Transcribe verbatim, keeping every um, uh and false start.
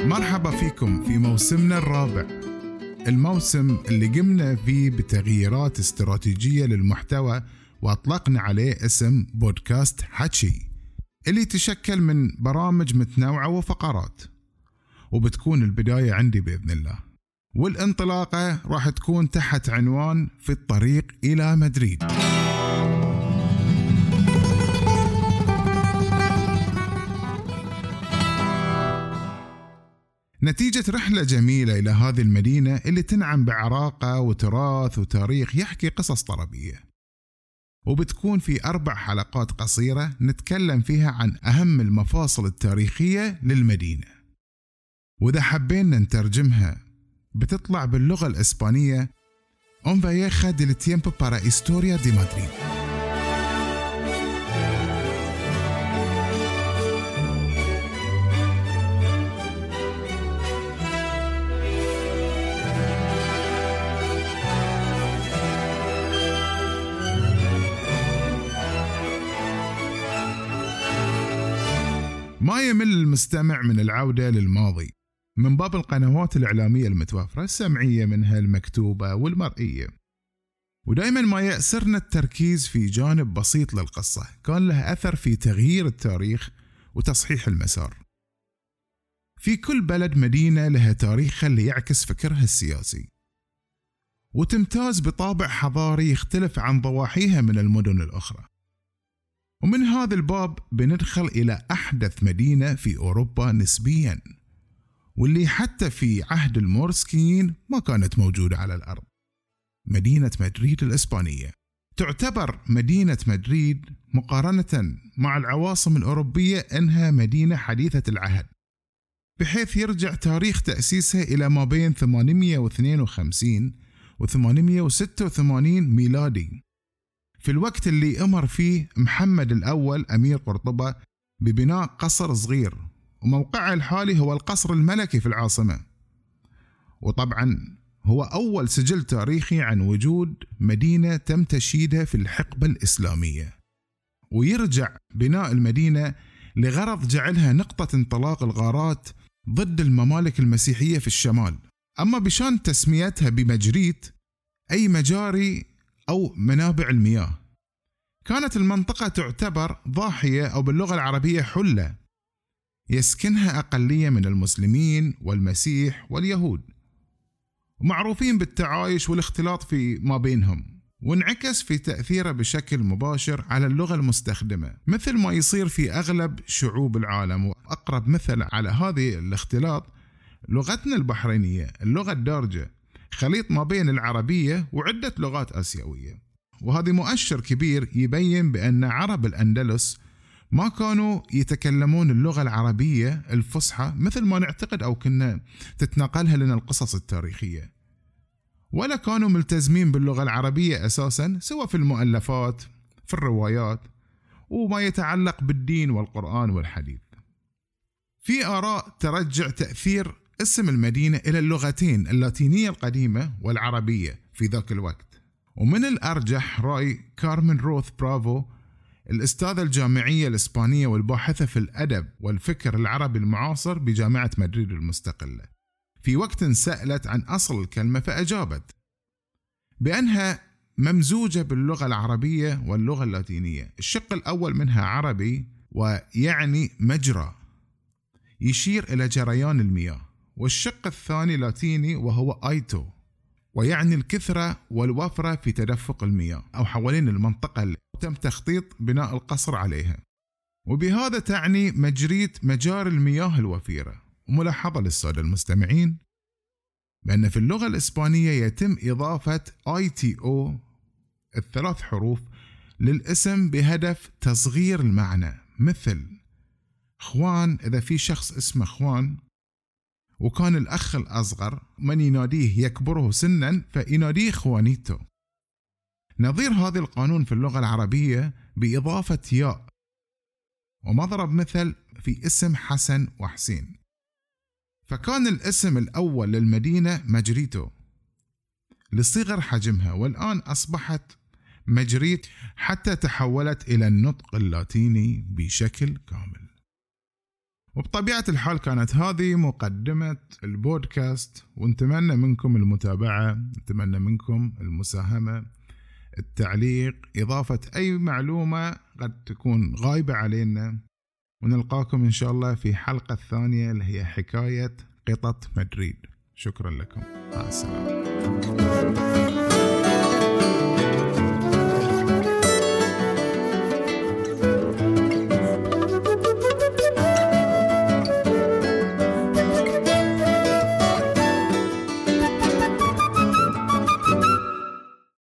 مرحبا فيكم في موسمنا الرابع، الموسم اللي قمنا فيه بتغييرات استراتيجية للمحتوى وأطلقنا عليه اسم بودكاست حكي، اللي تشكل من برامج متنوعة وفقرات، وبتكون البداية عندي بإذن الله، والانطلاقة راح تكون تحت عنوان في الطريق إلى مدريد. نتيجة رحلة جميلة إلى هذه المدينة اللي تنعم بعراقة وتراث وتاريخ يحكي قصص طربية، وبتكون في أربع حلقات قصيرة نتكلم فيها عن أهم المفاصل التاريخية للمدينة، وإذا حبينا نترجمها بتطلع باللغة الإسبانية Un viaje del tiempo para historia de Madrid. ما يمل المستمع من العودة للماضي من باب القنوات الإعلامية المتوفرة، السمعية منها المكتوبة والمرئية، ودائما ما يأسرنا التركيز في جانب بسيط للقصة كان له أثر في تغيير التاريخ وتصحيح المسار. في كل بلد مدينة لها تاريخها اللي يعكس فكرها السياسي، وتمتاز بطابع حضاري يختلف عن ضواحيها من المدن الأخرى. ومن هذا الباب بندخل إلى أحدث مدينة في أوروبا نسبياً، واللي حتى في عهد المورسكيين ما كانت موجودة على الأرض، مدينة مدريد الإسبانية. تعتبر مدينة مدريد مقارنة مع العواصم الأوروبية أنها مدينة حديثة العهد، بحيث يرجع تاريخ تأسيسها إلى ما بين ثمانمئة واثنين وخمسين و ثمانمئة وستة وثمانين ميلادي، في الوقت اللي أمر فيه محمد الأول أمير قرطبة ببناء قصر صغير، وموقعه الحالي هو القصر الملكي في العاصمة. وطبعا هو أول سجل تاريخي عن وجود مدينة تم تشييدها في الحقبة الإسلامية، ويرجع بناء المدينة لغرض جعلها نقطة انطلاق الغارات ضد الممالك المسيحية في الشمال. أما بشان تسميتها بمجريت أي مجاري أو منابع المياه، كانت المنطقة تعتبر ضاحية أو باللغة العربية حلة يسكنها أقلية من المسلمين والمسيح واليهود، ومعروفين بالتعايش والاختلاط في ما بينهم، وانعكس في تأثيره بشكل مباشر على اللغة المستخدمة مثل ما يصير في أغلب شعوب العالم. وأقرب مثل على هذه الاختلاط لغتنا البحرينية، اللغة الدارجة، خليط ما بين العربية وعدة لغات آسيوية، وهذا مؤشر كبير يبين بأن عرب الأندلس ما كانوا يتكلمون اللغة العربية الفصحى مثل ما نعتقد أو كنا تتنقلها لنا القصص التاريخية، ولا كانوا ملتزمين باللغة العربية أساسا، سواء في المؤلفات في الروايات وما يتعلق بالدين والقرآن والحديث. في آراء ترجع تأثير اسم المدينة إلى اللغتين اللاتينية القديمة والعربية في ذاك الوقت، ومن الأرجح رأي كارمن روث برافو، الأستاذة الجامعية الإسبانية والباحثة في الأدب والفكر العربي المعاصر بجامعة مدريد المستقلة، في وقت سألت عن أصل الكلمة فأجابت بأنها ممزوجة باللغة العربية واللغة اللاتينية. الشق الأول منها عربي ويعني مجرى يشير إلى جريان المياه، والشق الثاني لاتيني وهو آيتو ويعني الكثرة والوفرة في تدفق المياه أو حوالين المنطقة اللي تم تخطيط بناء القصر عليها، وبهذا تعني مجريت مجاري المياه الوفيرة. وملاحظة للسادة المستمعين بأن في اللغة الإسبانية يتم إضافة آي تي أو الثلاث حروف للاسم بهدف تصغير المعنى، مثل خوان إذا في شخص اسمه خوان وكان الأخ الأصغر من يناديه يكبره سنا فيناديه خوانيتو. نظير هذا القانون في اللغة العربية بإضافة ياء، ومضرب مثل في اسم حسن وحسين، فكان الاسم الأول للمدينة مجريتو لصغر حجمها، والآن أصبحت مجريت حتى تحولت إلى النطق اللاتيني بشكل كامل. وبطبيعة الحال كانت هذه مقدمة البودكاست، ونتمنى منكم المتابعة، نتمنى منكم المساهمة، التعليق، إضافة أي معلومة قد تكون غايبة علينا. ونلقاكم إن شاء الله في حلقة ثانية اللي هي حكاية قطط مدريد. شكرا لكم، مع السلامة.